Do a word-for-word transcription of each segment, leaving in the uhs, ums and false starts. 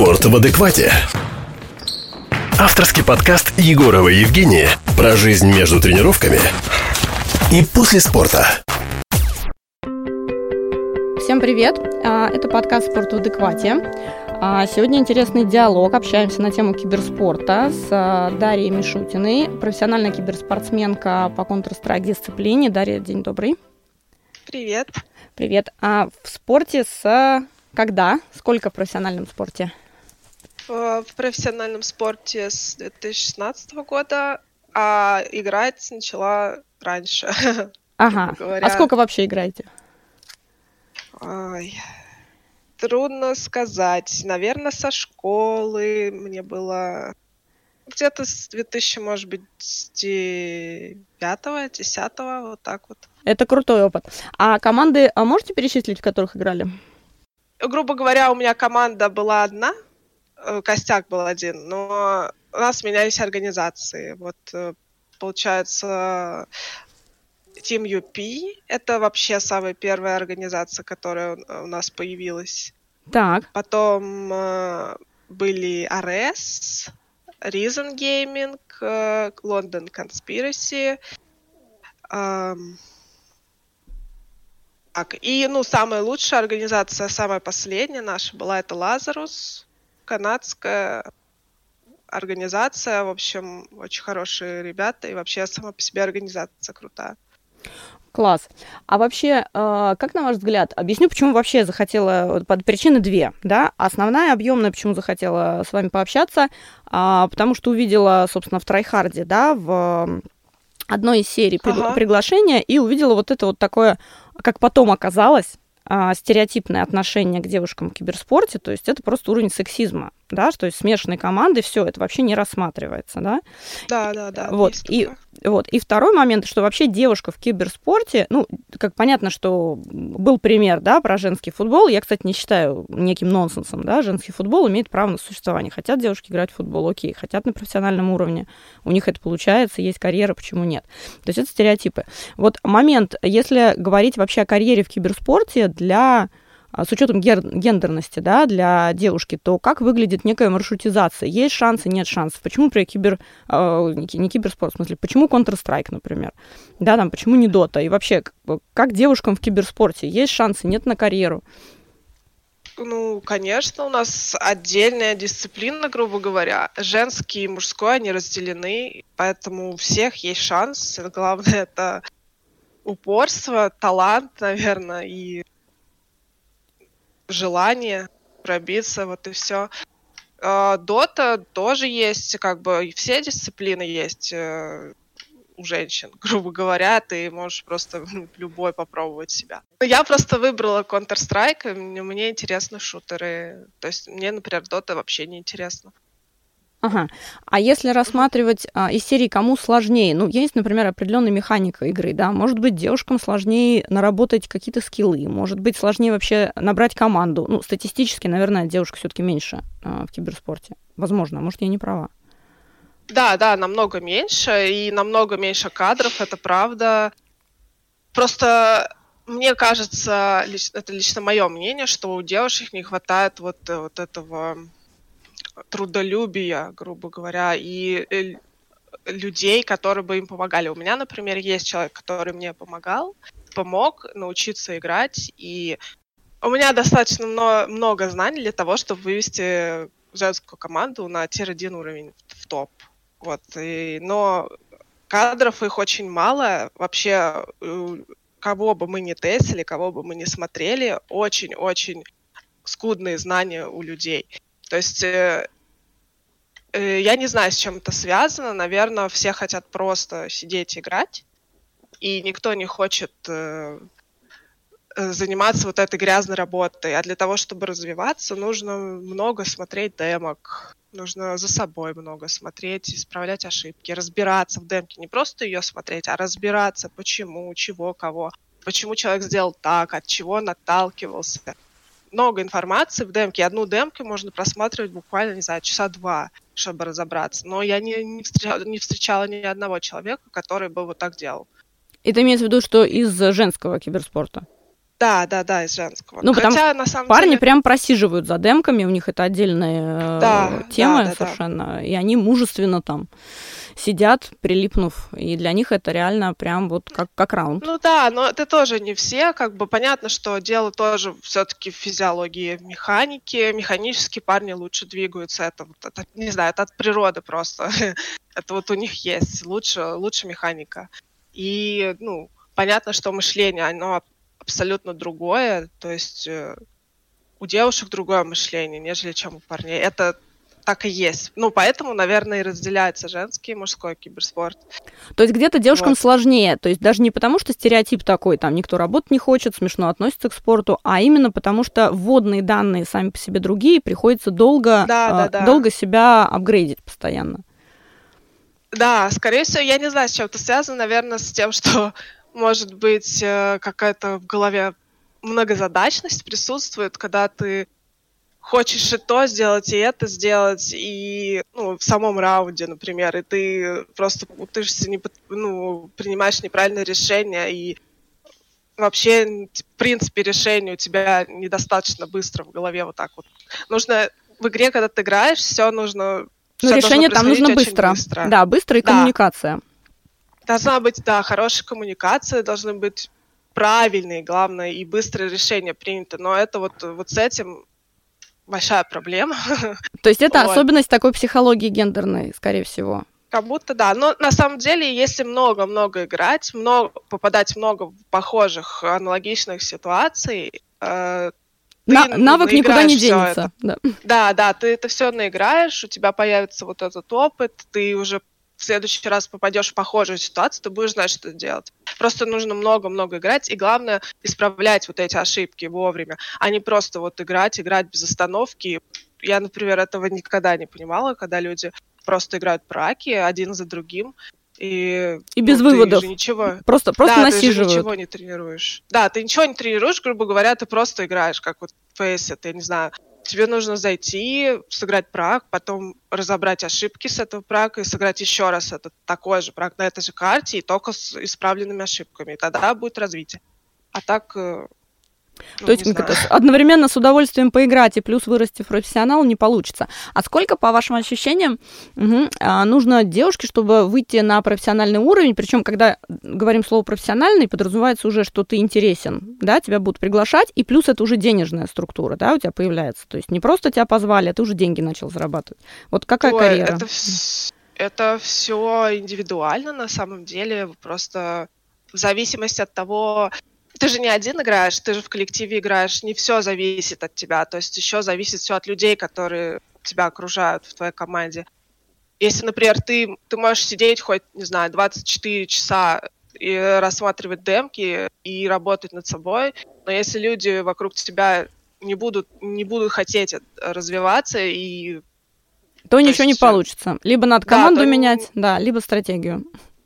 Спорт в адеквате. Авторский подкаст Егорова и Евгения про жизнь между тренировками и после спорта. Всем привет! Это подкаст «Спорт в адеквате». Сегодня интересный диалог. Общаемся на тему киберспорта с Дарьей Мишутиной, профессиональная киберспортсменка по Counter-Strike дисциплине. Дарья, день добрый. Привет. Привет. А в спорте с когда? Сколько в профессиональном спорте? В профессиональном спорте с две тысячи шестнадцатого года, а играть начала раньше. Ага. А сколько вообще играете? Ой, трудно сказать. Наверное, со школы мне было где-то с две тысячи, может быть, девятого, десятого, вот так вот. Это крутой опыт. А команды можете перечислить, в которых играли? Грубо говоря, у меня команда была одна, костяк был один, но у нас менялись организации. Вот, получается, Team ю пи — это вообще самая первая организация, которая у нас появилась. Так. Потом э, были ар эс, Reason Gaming, э, London Conspiracy. Э, так, и, ну, самая лучшая организация, самая последняя наша была, это Lazarus, канадская организация. В общем, очень хорошие ребята, и вообще сама по себе организация крутая. Класс. А вообще, как на ваш взгляд, объясню, почему вообще я захотела, под причины две, да, основная, объемная, почему захотела с вами пообщаться, потому что увидела, собственно, в Трайхарде, да, в одной из серий ага. приглашения, и увидела вот это вот такое, как потом оказалось, стереотипное отношение к девушкам в киберспорте, то есть это просто уровень сексизма, да, то есть смешанные команды, все, это вообще не рассматривается, да. Да, да, да. Вот, и, вот, и второй момент, что вообще девушка в киберспорте, ну, как понятно, что был пример, да, про женский футбол, я, кстати, не считаю неким нонсенсом, да, женский футбол имеет право на существование, хотят девушки играть в футбол, окей, хотят на профессиональном уровне, у них это получается, есть карьера, почему нет, то есть это стереотипы. Вот момент, если говорить вообще о карьере в киберспорте для... с учетом гендерности, да, для девушки, то как выглядит некая маршрутизация? Есть шансы, нет шансов? Почему, например, кибер... Э, не киберспорт, в смысле, почему Counter-Strike, например? Да, там, почему не Dota? И вообще, как, как девушкам в киберспорте? Есть шансы, нет на карьеру? Ну, конечно, у нас отдельная дисциплина, грубо говоря. Женский и мужской, они разделены, поэтому у всех есть шанс. Главное, это упорство, талант, наверное, и желание пробиться, вот и все. Дота тоже есть, как бы, и все дисциплины есть у женщин, грубо говоря, ты можешь просто ну, любой попробовать себя. Я просто выбрала Counter-Strike, мне, мне интересны шутеры, то есть мне, например, Дота вообще не интересно. Ага. А если рассматривать а, из серии кому сложнее, ну, есть, например, определенная механика игры, да, может быть, девушкам сложнее наработать какие-то скиллы, может быть, сложнее вообще набрать команду. Ну, статистически, наверное, девушек все-таки меньше а, в киберспорте. Возможно, может, я не права. Да, да, намного меньше, и намного меньше кадров, это правда. Просто мне кажется, это лично мое мнение, что у девушек не хватает вот, вот этого... трудолюбия, грубо говоря, и людей, которые бы им помогали. У меня, например, есть человек, который мне помогал, помог научиться играть, и у меня достаточно много, много знаний для того, чтобы вывести женскую команду на тир один уровень в топ. Вот. И, но кадров их очень мало. Вообще, кого бы мы ни тестили, кого бы мы ни смотрели, очень-очень скудные знания у людей. То есть э, э, я не знаю, с чем это связано. Наверное, все хотят просто сидеть и играть, и никто не хочет э, заниматься вот этой грязной работой. А для того, чтобы развиваться, нужно много смотреть демок, нужно за собой много смотреть, исправлять ошибки, разбираться в демке. Не просто ее смотреть, а разбираться, почему, чего, кого, почему человек сделал так, от чего он отталкивался. Много информации в демке. Одну демку можно просматривать буквально, не знаю, часа два, чтобы разобраться. Но я не, не, встречала, не встречала ни одного человека, который бы вот так делал. Это имеется в виду, что из женского киберспорта? Да, да, да, из женского. Ну, потому Хотя, что на самом парни деле... прям просиживают за демками, у них это отдельная Да, тема да, да, совершенно, да. И они мужественно там сидят, прилипнув, и для них это реально прям вот как, как раунд. Ну да, но это тоже не все, как бы понятно, что дело тоже все-таки в физиологии, в механике, механически парни лучше двигаются, это, это не знаю, это от природы просто, это вот у них есть, лучше, лучше механика. И, ну, понятно, что мышление, оно абсолютно другое, то есть у девушек другое мышление, нежели чем у парней, это так и есть. Ну, поэтому, наверное, и разделяется женский и мужской киберспорт. То есть где-то девушкам вот. сложнее, то есть даже не потому, что стереотип такой, там, никто работать не хочет, смешно относится к спорту, а именно потому, что вводные данные сами по себе другие, приходится долго, да, э, да, да. долго себя апгрейдить постоянно. Да, скорее всего, я не знаю, с чем это связано, наверное, с тем, что, может быть, какая-то в голове многозадачность присутствует, когда ты хочешь и то сделать, и это сделать, и ну, в самом раунде, например, и ты просто путаешься, не, ну, принимаешь неправильное решение, и вообще, в принципе, решение у тебя недостаточно быстро в голове вот так вот. Нужно в игре, когда ты играешь, все нужно... Ну, всё решение там нужно быстро. быстро. Да, быстро и да. коммуникация. Должна быть, да, хорошая коммуникация, должны быть правильные, главное, и быстрое решение принято. Но это вот, вот с этим большая проблема. То есть это вот. особенность такой психологии гендерной, скорее всего. Как будто да. Но на самом деле, если много-много играть, много, попадать много в похожих, аналогичных ситуаций, э, На, ты навык никуда не денется. Да. да, да, ты это все наиграешь, у тебя появится вот этот опыт, ты уже в следующий раз попадешь в похожую ситуацию, ты будешь знать, что делать. Просто нужно много-много играть, и главное исправлять вот эти ошибки вовремя, а не просто вот играть, играть без остановки. Я, например, этого никогда не понимала, когда люди просто играют браки один за другим, и, и без ну, выводов. Ты же ничего... Просто, просто да, насиживают. Ты же ничего не тренируешь. Да, ты ничего не тренируешь, грубо говоря, ты просто играешь, как вот в пи эс, я не знаю. Тебе нужно зайти, сыграть праг, потом разобрать ошибки с этого прага и сыграть еще раз этот такой же праг на этой же карте, и только с исправленными ошибками. И тогда будет развитие. А так... Ну, То есть это, одновременно с удовольствием поиграть и плюс вырасти в профессионал не получится. А сколько, по вашим ощущениям, угу, нужно девушке, чтобы выйти на профессиональный уровень? Причем, когда говорим слово профессиональный, подразумевается уже, что ты интересен, да, тебя будут приглашать, и плюс это уже денежная структура, да, у тебя появляется. То есть не просто тебя позвали, а ты уже деньги начал зарабатывать. Вот какая Ой, карьера? Это, это все индивидуально на самом деле, просто в зависимости от того... Ты же не один играешь, ты же в коллективе играешь, не все зависит от тебя, то есть еще зависит все от людей, которые тебя окружают в твоей команде. Если, например, ты, ты можешь сидеть хоть, не знаю, двадцать четыре часа и рассматривать демки и работать над собой, но если люди вокруг тебя не будут, не будут хотеть развиваться, и... то, то ничего есть... не получится. Либо надо команду да, менять, не... да, либо стратегию.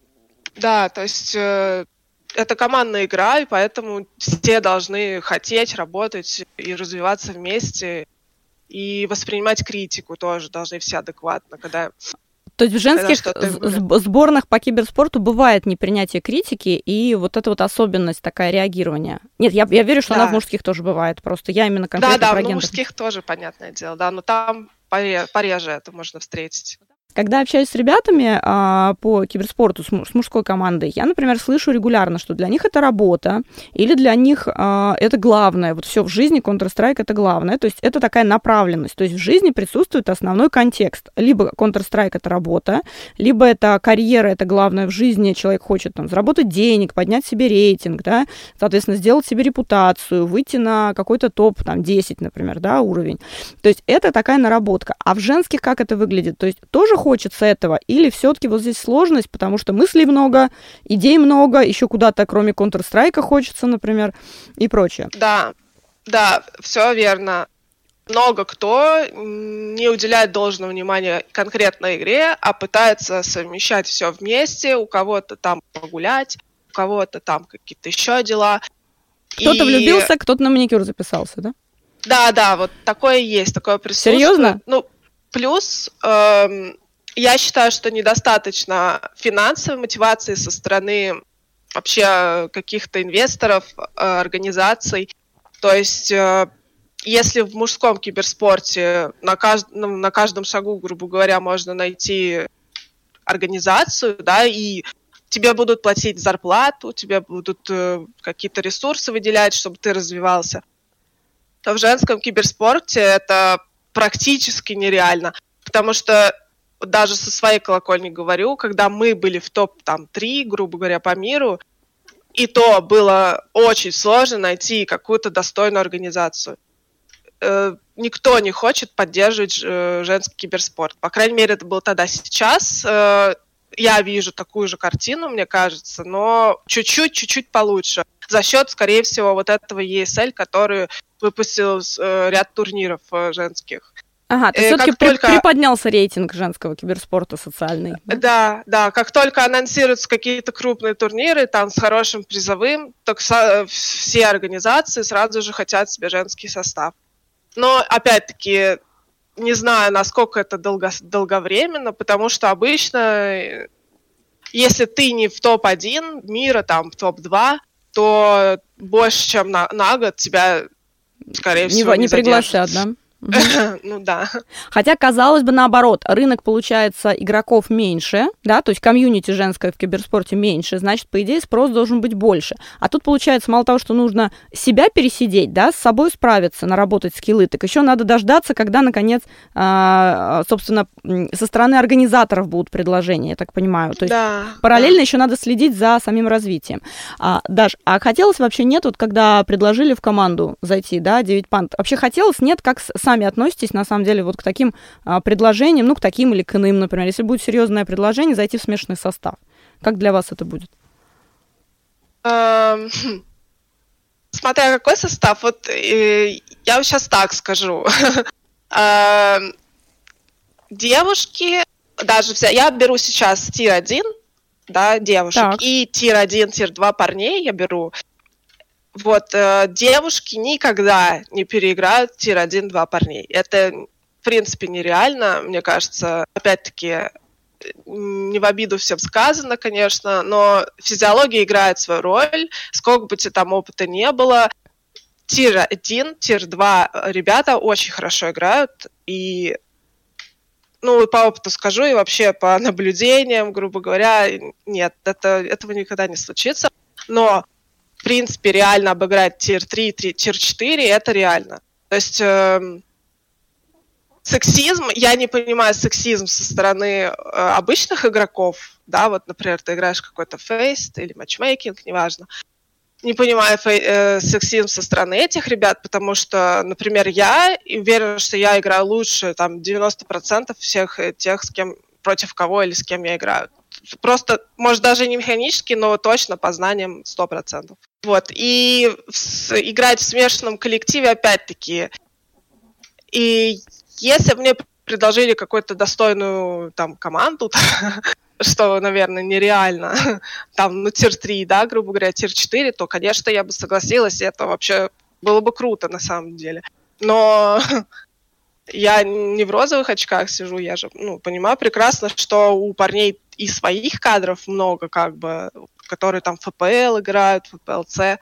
Да, то есть... Это командная игра, и поэтому все должны хотеть работать и развиваться вместе, и воспринимать критику тоже должны все адекватно, когда... То есть в женских сборных по киберспорту бывает непринятие критики и вот эта вот особенность такая реагирования. Нет, я, я верю, что да. она в мужских тоже бывает, просто я именно конкретно да, про да, гендер. Да, в мужских тоже, понятное дело, да, но там пореже это можно встретить. Когда общаюсь с ребятами а, по киберспорту, с, с мужской командой, я, например, слышу регулярно, что для них это работа, или для них а, это главное. Вот все в жизни, Counter-Strike это главное. То есть это такая направленность. То есть в жизни присутствует основной контекст. Либо Counter-Strike это работа, либо это карьера, это главное в жизни. Человек хочет там заработать денег, поднять себе рейтинг, да, соответственно, сделать себе репутацию, выйти на какой-то топ, там, десять, например, да, уровень. То есть это такая наработка. А в женских как это выглядит? То есть тоже хочется этого, или все-таки вот здесь сложность, потому что мыслей много, идей много, еще куда-то, кроме Counter-Strike, хочется, например, и прочее. Да, да, все верно. Много кто не уделяет должного внимания конкретной игре, а пытается совмещать все вместе, у кого-то там погулять, у кого-то там какие-то еще дела. Кто-то и... влюбился, кто-то на маникюр записался, да? Да, да, вот такое есть, такое присутствует. Серьезно? Ну, плюс... Эм... Я считаю, что недостаточно финансовой мотивации со стороны вообще каких-то инвесторов, организаций. То есть, если в мужском киберспорте на, кажд... на каждом шагу, грубо говоря, можно найти организацию, да, и тебе будут платить зарплату, тебе будут какие-то ресурсы выделять, чтобы ты развивался, то в женском киберспорте это практически нереально. Потому что даже со своей колокольни говорю, когда мы были в топ три, грубо говоря, по миру, и то было очень сложно найти какую-то достойную организацию. Э, никто не хочет поддерживать э, женский киберспорт. По крайней мере, это было тогда. Сейчас э, я вижу такую же картину, мне кажется, но чуть-чуть, чуть-чуть получше. За счет, скорее всего, вот этого и эс эл, который выпустил э, ряд турниров э, женских. Ага, то есть все-таки при, только... приподнялся рейтинг женского киберспорта социальный. Да? да, да, как только анонсируются какие-то крупные турниры, там с хорошим призовым, то все организации сразу же хотят себе женский состав. Но, опять-таки, не знаю, насколько это долго, долговременно, потому что обычно, если ты не в топ один мира, там, в топ два, то больше, чем на, на год тебя, скорее всего, не, не пригласят, да? Ну да. Хотя, казалось бы, наоборот, рынок, получается, игроков меньше, да, то есть комьюнити женское в киберспорте меньше, значит, по идее, спрос должен быть больше. А тут, получается, мало того, что нужно себя пересидеть, да, с собой справиться, наработать скиллы, так еще надо дождаться, когда, наконец, собственно, со стороны организаторов будут предложения, я так понимаю. То есть да, параллельно да. еще надо следить за самим развитием. А, Даш, а хотелось вообще нет, вот когда предложили в команду зайти, да, девять панд, вообще хотелось нет, как сами относитесь, на самом деле, вот к таким а, предложениям, ну, к таким или к иным, например, если будет серьезное предложение, зайти в смешанный состав. Как для вас это будет? Смотря какой состав, вот я сейчас так скажу. Девушки, даже вся, я беру сейчас тир один, да, девушек, так. и тир один, тир два парней я беру. Вот, э, девушки никогда не переиграют тир один-два парней. Это, в принципе, нереально, мне кажется. Опять-таки, не в обиду всем сказано, конечно, но физиология играет свою роль. Сколько бы тебе там опыта не было, тир один, тир два ребята очень хорошо играют. И, ну, по опыту скажу, и вообще по наблюдениям, грубо говоря, нет, это, этого никогда не случится. Но в принципе, реально обыграть тир три, тир четыре, это реально. То есть э, сексизм, я не понимаю сексизм со стороны э, обычных игроков, да, вот, например, ты играешь какой-то фейст или матчмейкинг, неважно. Не понимаю фей, э, сексизм со стороны этих ребят, потому что, например, я уверена, что я играю лучше, там, девяносто процентов всех тех, с кем, против кого или с кем я играю. Просто, может, даже не механически, но точно по знаниям сто процентов. Вот. И в, играть в смешанном коллективе, опять-таки, и если бы мне предложили какую-то достойную там команду, что, наверное, нереально, там, ну, тир три, да, грубо говоря, тир четыре, то, конечно, я бы согласилась, и это вообще было бы круто, на самом деле. Но я не в розовых очках сижу, я же, ну, понимаю прекрасно, что у парней и своих кадров много, как бы, которые там эф пи эл играют, эф пи эл си.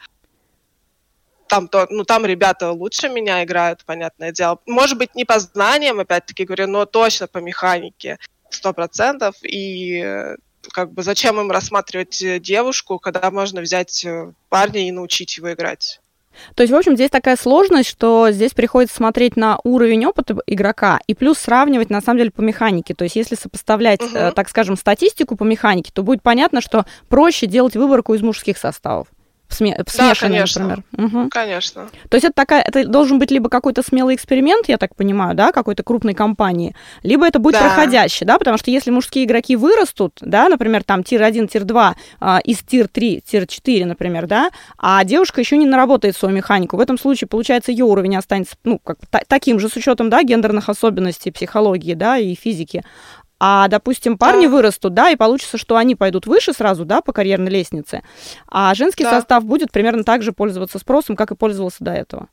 Там, то, ну, там ребята лучше меня играют, понятное дело. Может быть, не по знаниям, опять-таки говорю, но точно по механике сто процентов. И как бы зачем им рассматривать девушку, когда можно взять парня и научить его играть? То есть, в общем, здесь такая сложность, что здесь приходится смотреть на уровень опыта игрока и плюс сравнивать, на самом деле, по механике. То есть, если сопоставлять, uh-huh. так скажем, статистику по механике, то будет понятно, что проще делать выборку из мужских составов. В, сме- в смешанные, да, например. Угу. Конечно. То есть это, такая, это должен быть либо какой-то смелый эксперимент, я так понимаю, да, какой-то крупной компании, либо это будет да. проходящий, да, потому что если мужские игроки вырастут, да, например, там тир один, тир два, э, из тир три, тир четыре, например, да, а девушка еще не наработает свою механику, в этом случае, получается, ее уровень останется, ну, как та- таким же с учетом, да, гендерных особенностей психологии, да, и физики. А, допустим, парни да. вырастут, да, и получится, что они пойдут выше сразу, да, по карьерной лестнице, а женский да. состав будет примерно так же пользоваться спросом, как и пользовался до этого.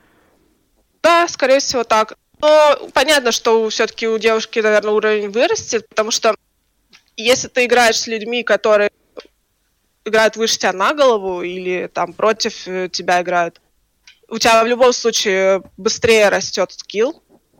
Да, скорее всего, так. Но понятно, что все-таки у девушки, наверное, уровень вырастет, потому что если ты играешь с людьми, которые играют выше тебя на голову или там против тебя играют, у тебя в любом случае быстрее растет скилл,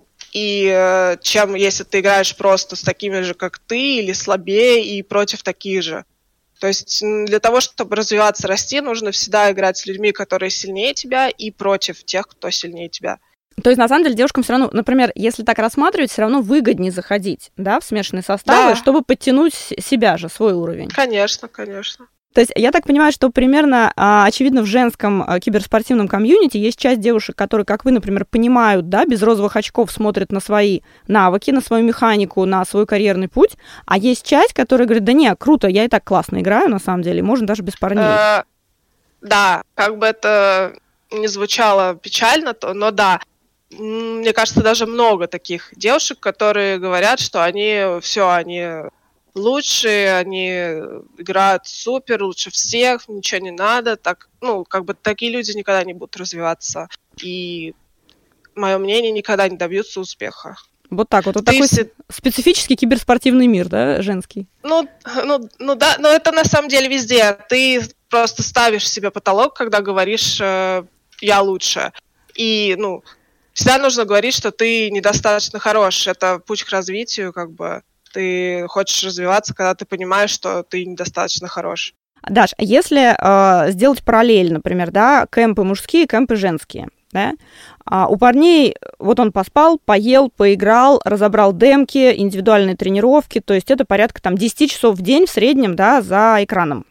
и чем если ты играешь просто с такими же, как ты, или слабее, и против таких же. То есть для того, чтобы развиваться, расти, нужно всегда играть с людьми, которые сильнее тебя, и против тех, кто сильнее тебя. То есть, на самом деле, девушкам все равно, например, если так рассматривать, все равно выгоднее заходить, да, в смешанные составы, Да. чтобы подтянуть себя же, свой уровень. Конечно, конечно. То есть я так понимаю, что примерно, а, очевидно, в женском а, киберспортивном комьюнити есть часть девушек, которые, как вы, например, понимают, да, без розовых очков смотрят на свои навыки, на свою механику, на свой карьерный путь, а есть часть, которая говорит, да не, круто, я и так классно играю, на самом деле, можно даже без парней. Э, Да, как бы это не звучало печально, то- но да. М, Мне кажется, даже много таких девушек, которые говорят, что они все, они лучшие, они играют супер, лучше всех, ничего не надо. Так, ну, как бы такие люди никогда не будут развиваться. И, мое мнение, никогда не добьются успеха. Вот так вот, вот Ты такой се- специфический киберспортивный мир, да, женский. Ну, ну, ну да, но это на самом деле везде. Ты просто ставишь себе потолок, когда говоришь э, «я лучше». И, ну, всегда нужно говорить, что ты недостаточно хорош. Это путь к развитию, как бы. Ты хочешь развиваться, когда ты понимаешь, что ты недостаточно хорош. Даш, а если э, сделать параллель, например, да, кемпы мужские, кемпы женские, да, а у парней, вот он поспал, поел, поиграл, разобрал демки, индивидуальные тренировки, то есть это порядка там десять часов в день в среднем, да, за экраном.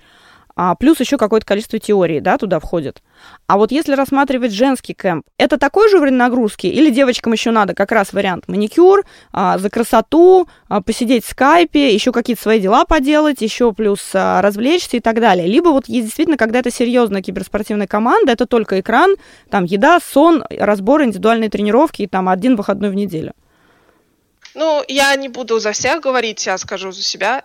А, плюс еще какое-то количество теории, да, туда входит. А вот если рассматривать женский кемп, это такой же уровень нагрузки? Или девочкам еще надо как раз вариант маникюр, а, за красоту, а, посидеть в скайпе, еще какие-то свои дела поделать, еще плюс а, развлечься и так далее? Либо вот есть действительно, когда это серьезная киберспортивная команда, это только экран, там еда, сон, разбор, индивидуальные тренировки и там один выходной в неделю. Ну, я не буду за всех говорить, я скажу за себя.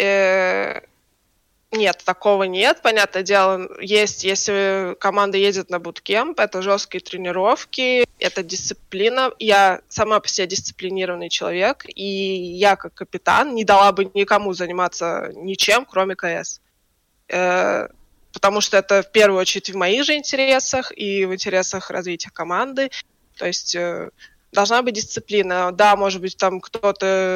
Э, Нет, такого нет. Понятное дело, есть, если команда едет на буткемп, это жесткие тренировки, это дисциплина. Я сама по себе дисциплинированный человек, и я как капитан не дала бы никому заниматься ничем, кроме КС. Э, Потому что это в первую очередь в моих же интересах и в интересах развития команды. То есть э, должна быть дисциплина. Да, может быть, там кто-то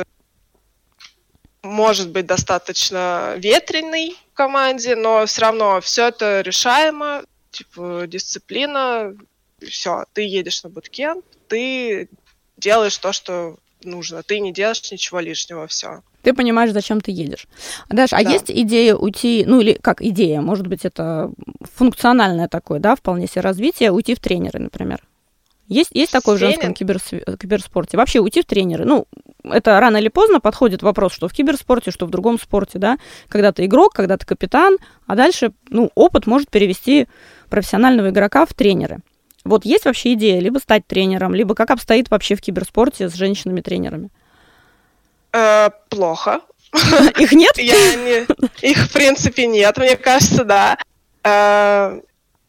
может быть достаточно ветреный в команде, но все равно все это решаемо, типа дисциплина, все, ты едешь на буткемп, ты делаешь то, что нужно, ты не делаешь ничего лишнего, все. Ты понимаешь, зачем ты едешь. Даш, а Да. есть идея уйти, ну или как идея, может быть, это функциональное такое, да, вполне себе развитие, уйти в тренеры, например? Есть, есть такое в женском Тренер? киберс- киберспорте? Вообще уйти в тренеры? Ну, это рано или поздно подходит вопрос, что в киберспорте, что в другом спорте, да? Когда ты игрок, когда ты капитан, а дальше, ну, опыт может перевести профессионального игрока в тренеры. Вот есть вообще идея либо стать тренером, либо как обстоит вообще в киберспорте с женщинами-тренерами? Э, плохо. Их нет? Я не... Их, в принципе, нет, мне кажется, да. Э,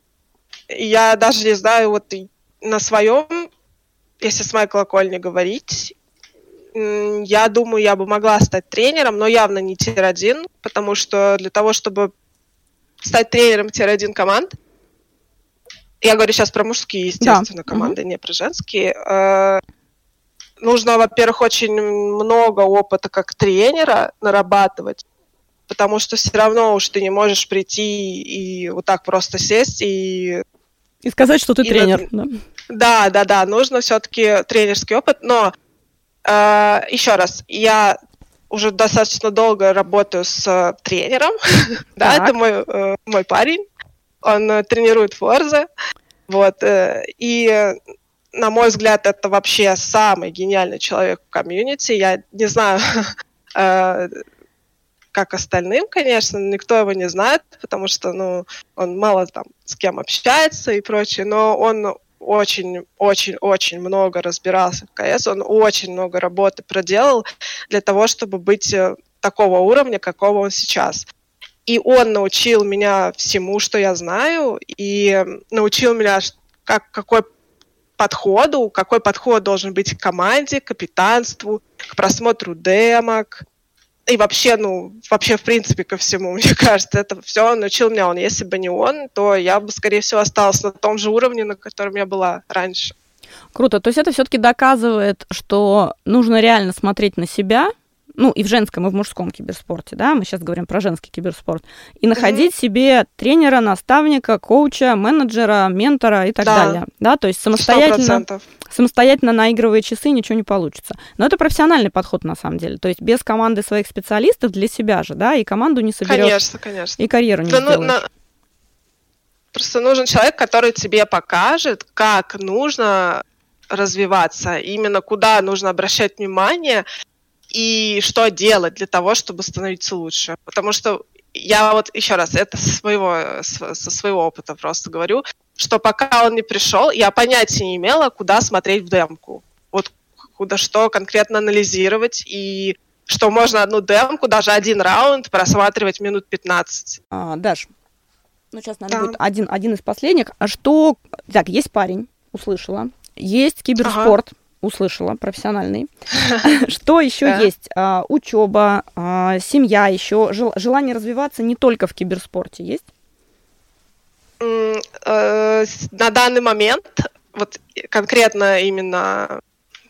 Я даже не знаю, вот и на своем, если с моей колокольни говорить, м, я думаю, я бы могла стать тренером, но явно не тир один, потому что для того, чтобы стать тренером тир один команд, я говорю сейчас про мужские, естественно, Да. команды, не про женские, э, нужно, во-первых, очень много опыта как тренера нарабатывать, потому что все равно уж ты не можешь прийти и вот так просто сесть и... И сказать, что ты И тренер. на- Да. Да, да, да, нужно все-таки тренерский опыт, но э, еще раз, я уже достаточно долго работаю с э, тренером, да, Так. это мой, э, мой парень, он э, тренирует Forza, вот, э, и, э, на мой взгляд, это вообще самый гениальный человек в комьюнити, я не знаю, э, как остальным, конечно, никто его не знает, потому что, ну, он мало там с кем общается и прочее, но он очень-очень-очень много разбирался в КС, он очень много работы проделал для того, чтобы быть э, такого уровня, какого он сейчас. И он научил меня всему, что я знаю, и научил меня, ш- как, какой подходу, какой подход должен быть к команде, к капитанству, к просмотру демок, и вообще, ну, вообще, в принципе, ко всему, мне кажется, это все он научил меня. Он, если бы не он, то я бы, скорее всего, осталась на том же уровне, на котором я была раньше. Круто. То есть это все-таки доказывает, что нужно реально смотреть на себя, ну, и в женском, и в мужском киберспорте, да, мы сейчас говорим про женский киберспорт, и находить mm-hmm. себе тренера, наставника, коуча, менеджера, ментора и так да. далее, да, то есть самостоятельно, самостоятельно наигрывая часы, ничего не получится. Но это профессиональный подход, на самом деле, то есть без команды своих специалистов для себя же, да, и команду не соберешь, конечно, конечно. И карьеру не да, сделаешь. Ну, на... Просто нужен человек, который тебе покажет, как нужно развиваться, именно куда нужно обращать внимание, и что делать для того, чтобы становиться лучше. Потому что я вот еще раз, это со своего, со своего опыта просто говорю, что пока он не пришел, я понятия не имела, куда смотреть в демку. Вот куда что конкретно анализировать, и что можно одну демку, даже один раунд просматривать минут пятнадцать. А, Даш, ну сейчас, наверное, да. будет один, один из последних. А что... Так, есть парень, услышала. Есть киберспорт. Ага. Услышала, профессиональный. Что еще есть? Учеба, семья еще, желание развиваться не только в киберспорте есть? На данный момент, вот конкретно именно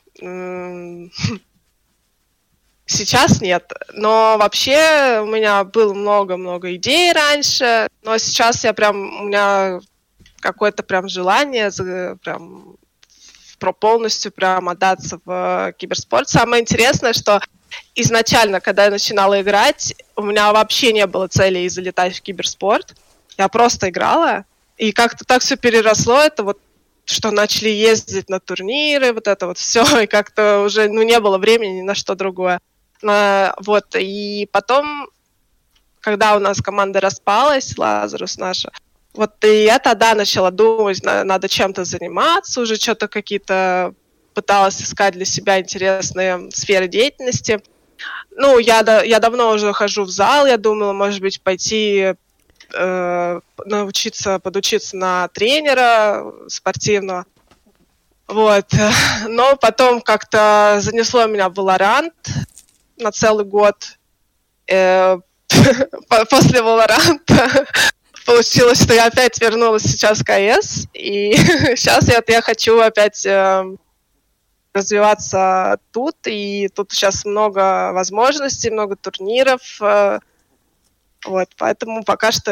сейчас нет, но вообще у меня было много-много идей раньше, но сейчас я прям, у меня какое-то прям желание, прям про полностью прям отдаться в киберспорт. Самое интересное, что изначально, когда я начинала играть, у меня вообще не было цели залетать в киберспорт. Я просто играла, и как-то так все переросло, это вот, что начали ездить на турниры, вот это вот все, и как-то уже, ну, не было времени ни на что другое. А, вот, и потом, когда у нас команда распалась, Лазарус наша, вот и я тогда начала думать, надо чем-то заниматься, уже что-то какие-то пыталась искать для себя интересные сферы деятельности. Ну, я, я давно уже хожу в зал, я думала, может быть, пойти э, научиться, подучиться на тренера спортивного. Вот. Но потом как-то занесло меня в Valorant на целый год. Э, после Valorant получилось, что я опять вернулась сейчас в КС, и сейчас я, я хочу опять э, развиваться тут, и тут сейчас много возможностей, много турниров, э, вот, поэтому пока что...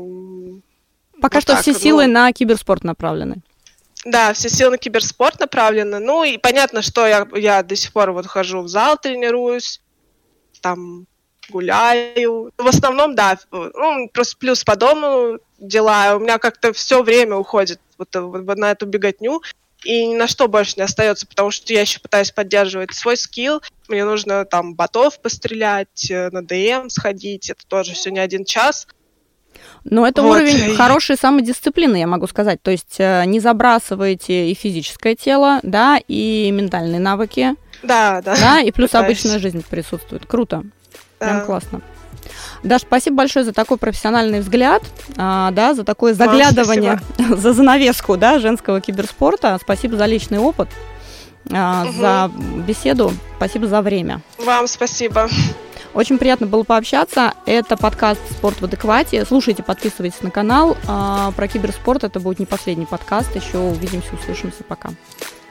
Пока вот что так, все силы ну, на киберспорт направлены. Да, все силы на киберспорт направлены, ну и понятно, что я, я до сих пор вот хожу в зал, тренируюсь, там... гуляю. В основном, да, ну, просто плюс по дому дела. У меня как-то все время уходит вот, вот на эту беготню, и ни на что больше не остается, потому что я еще пытаюсь поддерживать свой скилл. Мне нужно там ботов пострелять, на ДМ сходить. Это тоже все не один час. Но это вот. Уровень хорошей самодисциплины, я могу сказать. То есть не забрасываете и физическое тело, да, и ментальные навыки. Да, да. Да, и плюс пытаюсь. Обычная жизнь присутствует. Круто. Прям да. Классно. Даш, спасибо большое за такой профессиональный взгляд, а, да, за такое заглядывание Вам за занавеску, да, женского киберспорта. Спасибо за личный опыт, а, угу. за беседу, спасибо за время. Вам спасибо. Очень приятно было пообщаться. Это подкаст «Спорт в адеквате». Слушайте, подписывайтесь на канал. А, про киберспорт это будет не последний подкаст. Еще увидимся, услышимся. Пока.